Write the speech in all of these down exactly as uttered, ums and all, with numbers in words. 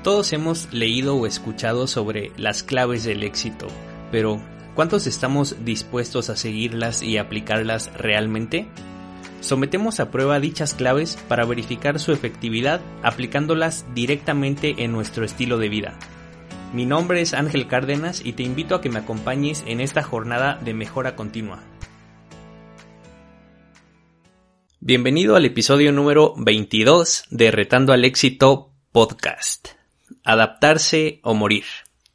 Todos hemos leído o escuchado sobre las claves del éxito, pero ¿cuántos estamos dispuestos a seguirlas y aplicarlas realmente? Sometemos a prueba dichas claves para verificar su efectividad aplicándolas directamente en nuestro estilo de vida. Mi nombre es Ángel Cárdenas y te invito a que me acompañes en esta jornada de mejora continua. Bienvenido al episodio número veintidós de Retando al Éxito Podcast. Adaptarse o morir.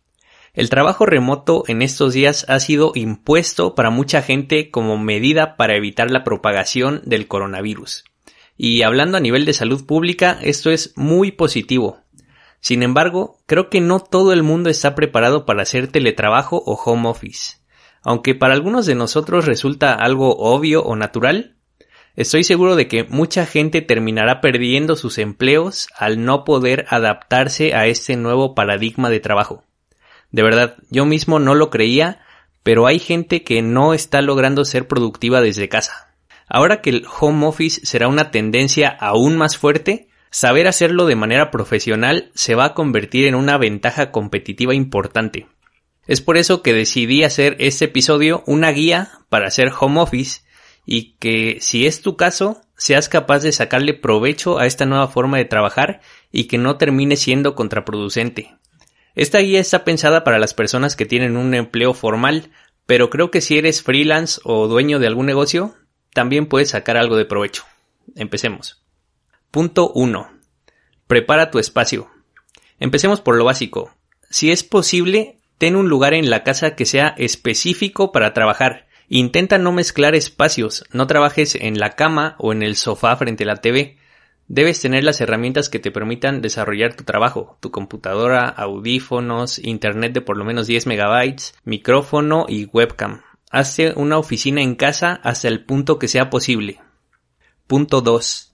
El trabajo remoto en estos días ha sido impuesto para mucha gente como medida para evitar la propagación del coronavirus. Y hablando a nivel de salud pública, esto es muy positivo. Sin embargo, creo que no todo el mundo está preparado para hacer teletrabajo o home office. Aunque para algunos de nosotros resulta algo obvio o natural, estoy seguro de que mucha gente terminará perdiendo sus empleos al no poder adaptarse a este nuevo paradigma de trabajo. De verdad, yo mismo no lo creía, pero hay gente que no está logrando ser productiva desde casa. Ahora que el home office será una tendencia aún más fuerte, saber hacerlo de manera profesional se va a convertir en una ventaja competitiva importante. Es por eso que decidí hacer este episodio una guía para hacer home office y que, si es tu caso, seas capaz de sacarle provecho a esta nueva forma de trabajar y que no termine siendo contraproducente. Esta guía está pensada para las personas que tienen un empleo formal, pero creo que si eres freelance o dueño de algún negocio, también puedes sacar algo de provecho. Empecemos. Punto uno. Prepara tu espacio. Empecemos por lo básico. Si es posible, ten un lugar en la casa que sea específico para trabajar. Intenta no mezclar espacios, no trabajes en la cama o en el sofá frente a la T V. Debes tener las herramientas que te permitan desarrollar tu trabajo, tu computadora, audífonos, internet de por lo menos diez megabytes, micrófono y webcam. Hazte una oficina en casa hasta el punto que sea posible. Punto dos.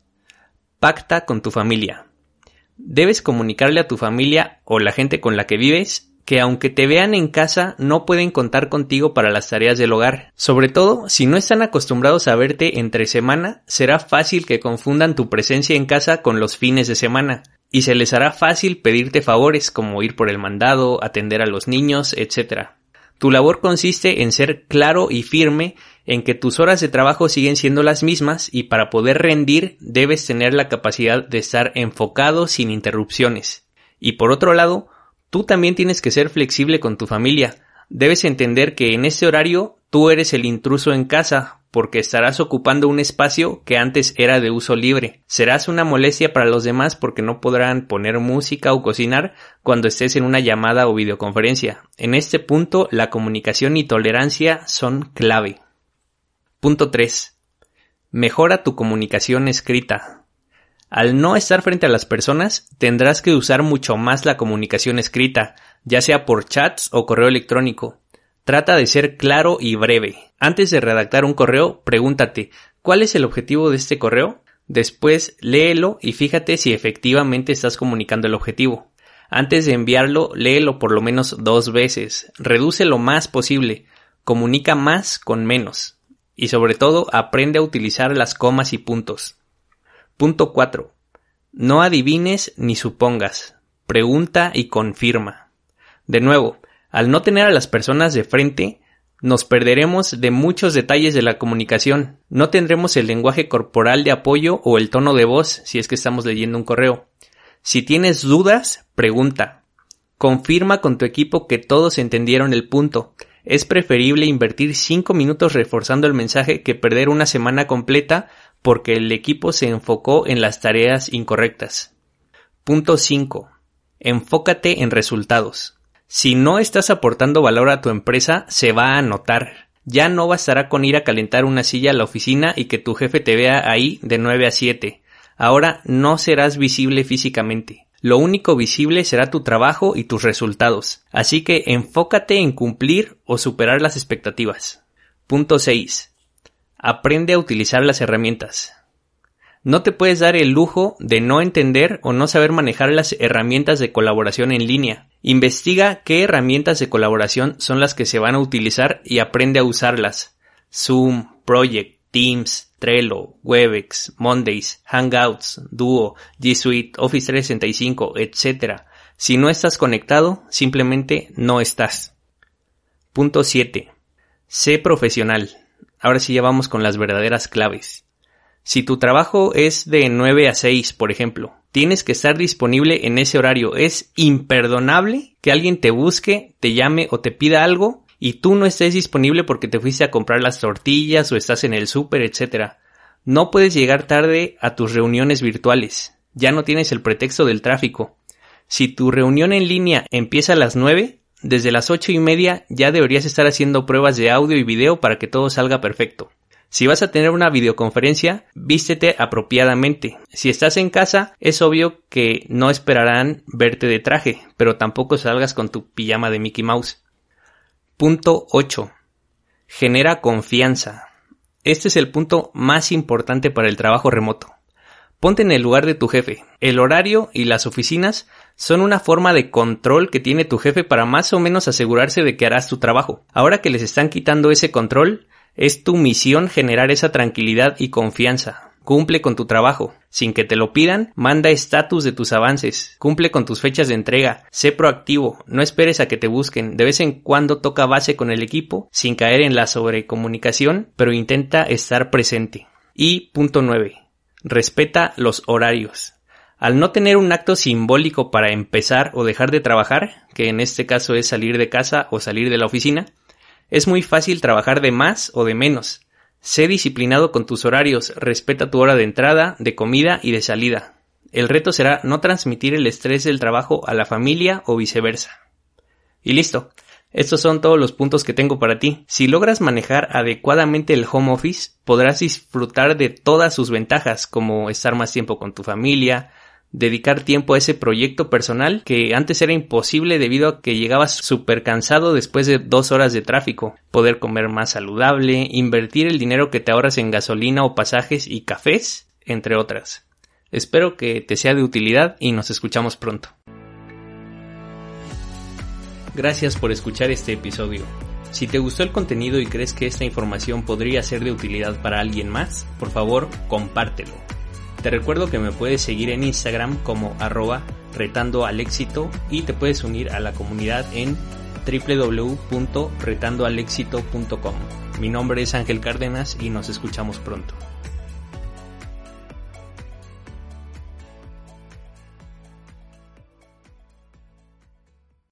Pacta con tu familia. Debes comunicarle a tu familia o la gente con la que vives que aunque te vean en casa, no pueden contar contigo para las tareas del hogar. Sobre todo, si no están acostumbrados a verte entre semana, será fácil que confundan tu presencia en casa con los fines de semana, y se les hará fácil pedirte favores como ir por el mandado, atender a los niños, etcétera. Tu labor consiste en ser claro y firme en que tus horas de trabajo siguen siendo las mismas y para poder rendir debes tener la capacidad de estar enfocado sin interrupciones. Y por otro lado, tú también tienes que ser flexible con tu familia. Debes entender que en este horario tú eres el intruso en casa porque estarás ocupando un espacio que antes era de uso libre. Serás una molestia para los demás porque no podrán poner música o cocinar cuando estés en una llamada o videoconferencia. En este punto, la comunicación y tolerancia son clave. Punto tres. Mejora tu comunicación escrita. Al no estar frente a las personas, tendrás que usar mucho más la comunicación escrita, ya sea por chats o correo electrónico. Trata de ser claro y breve. Antes de redactar un correo, pregúntate, ¿cuál es el objetivo de este correo? Después, léelo y fíjate si efectivamente estás comunicando el objetivo. Antes de enviarlo, léelo por lo menos dos veces. Reduce lo más posible. Comunica más con menos. Y sobre todo, aprende a utilizar las comas y puntos. Punto cuatro. No adivines ni supongas. Pregunta y confirma. De nuevo, al no tener a las personas de frente, nos perderemos de muchos detalles de la comunicación. No tendremos el lenguaje corporal de apoyo o el tono de voz si es que estamos leyendo un correo. Si tienes dudas, pregunta. Confirma con tu equipo que todos entendieron el punto. Es preferible invertir cinco minutos reforzando el mensaje que perder una semana completa porque el equipo se enfocó en las tareas incorrectas. Punto cinco. Enfócate en resultados. Si no estás aportando valor a tu empresa, se va a notar. Ya no bastará con ir a calentar una silla a la oficina y que tu jefe te vea ahí de nueve a siete. Ahora no serás visible físicamente. Lo único visible será tu trabajo y tus resultados. Así que enfócate en cumplir o superar las expectativas. Punto seis. Aprende a utilizar las herramientas. No te puedes dar el lujo de no entender o no saber manejar las herramientas de colaboración en línea. Investiga qué herramientas de colaboración son las que se van a utilizar y aprende a usarlas. Zoom, Project, Teams, Trello, Webex, Mondays, Hangouts, Duo, G Suite, Office trescientos sesenta y cinco, etcétera. Si no estás conectado, simplemente no estás. Punto siete. Sé profesional. Ahora sí ya vamos con las verdaderas claves. Si tu trabajo es de nueve a seis, por ejemplo, tienes que estar disponible en ese horario. Es imperdonable que alguien te busque, te llame o te pida algo y tú no estés disponible porque te fuiste a comprar las tortillas o estás en el súper, etcétera. No puedes llegar tarde a tus reuniones virtuales. Ya no tienes el pretexto del tráfico. Si tu reunión en línea empieza a las nueve, desde las ocho y media ya deberías estar haciendo pruebas de audio y video para que todo salga perfecto. Si vas a tener una videoconferencia, vístete apropiadamente. Si estás en casa, es obvio que no esperarán verte de traje, pero tampoco salgas con tu pijama de Mickey Mouse. Punto ocho. Genera confianza. Este es el punto más importante para el trabajo remoto. Ponte en el lugar de tu jefe. El horario y las oficinas son una forma de control que tiene tu jefe para más o menos asegurarse de que harás tu trabajo. Ahora que les están quitando ese control, es tu misión generar esa tranquilidad y confianza. Cumple con tu trabajo. Sin que te lo pidan, manda estatus de tus avances. Cumple con tus fechas de entrega. Sé proactivo. No esperes a que te busquen. De vez en cuando toca base con el equipo, sin caer en la sobrecomunicación, pero intenta estar presente. Y punto nueve. Respeta los horarios. Al no tener un acto simbólico para empezar o dejar de trabajar, que en este caso es salir de casa o salir de la oficina, es muy fácil trabajar de más o de menos. Sé disciplinado con tus horarios, respeta tu hora de entrada, de comida y de salida. El reto será no transmitir el estrés del trabajo a la familia o viceversa. Y listo. Estos son todos los puntos que tengo para ti. Si logras manejar adecuadamente el home office, podrás disfrutar de todas sus ventajas, como estar más tiempo con tu familia, dedicar tiempo a ese proyecto personal que antes era imposible debido a que llegabas súper cansado después de dos horas de tráfico, poder comer más saludable, invertir el dinero que te ahorras en gasolina o pasajes y cafés, entre otras. Espero que te sea de utilidad y nos escuchamos pronto. Gracias por escuchar este episodio. Si te gustó el contenido y crees que esta información podría ser de utilidad para alguien más, por favor, compártelo. Te recuerdo que me puedes seguir en Instagram como arroba retando al éxito y te puedes unir a la comunidad en doble u doble u doble u punto retando al éxito punto com. Mi nombre es Ángel Cárdenas y nos escuchamos pronto.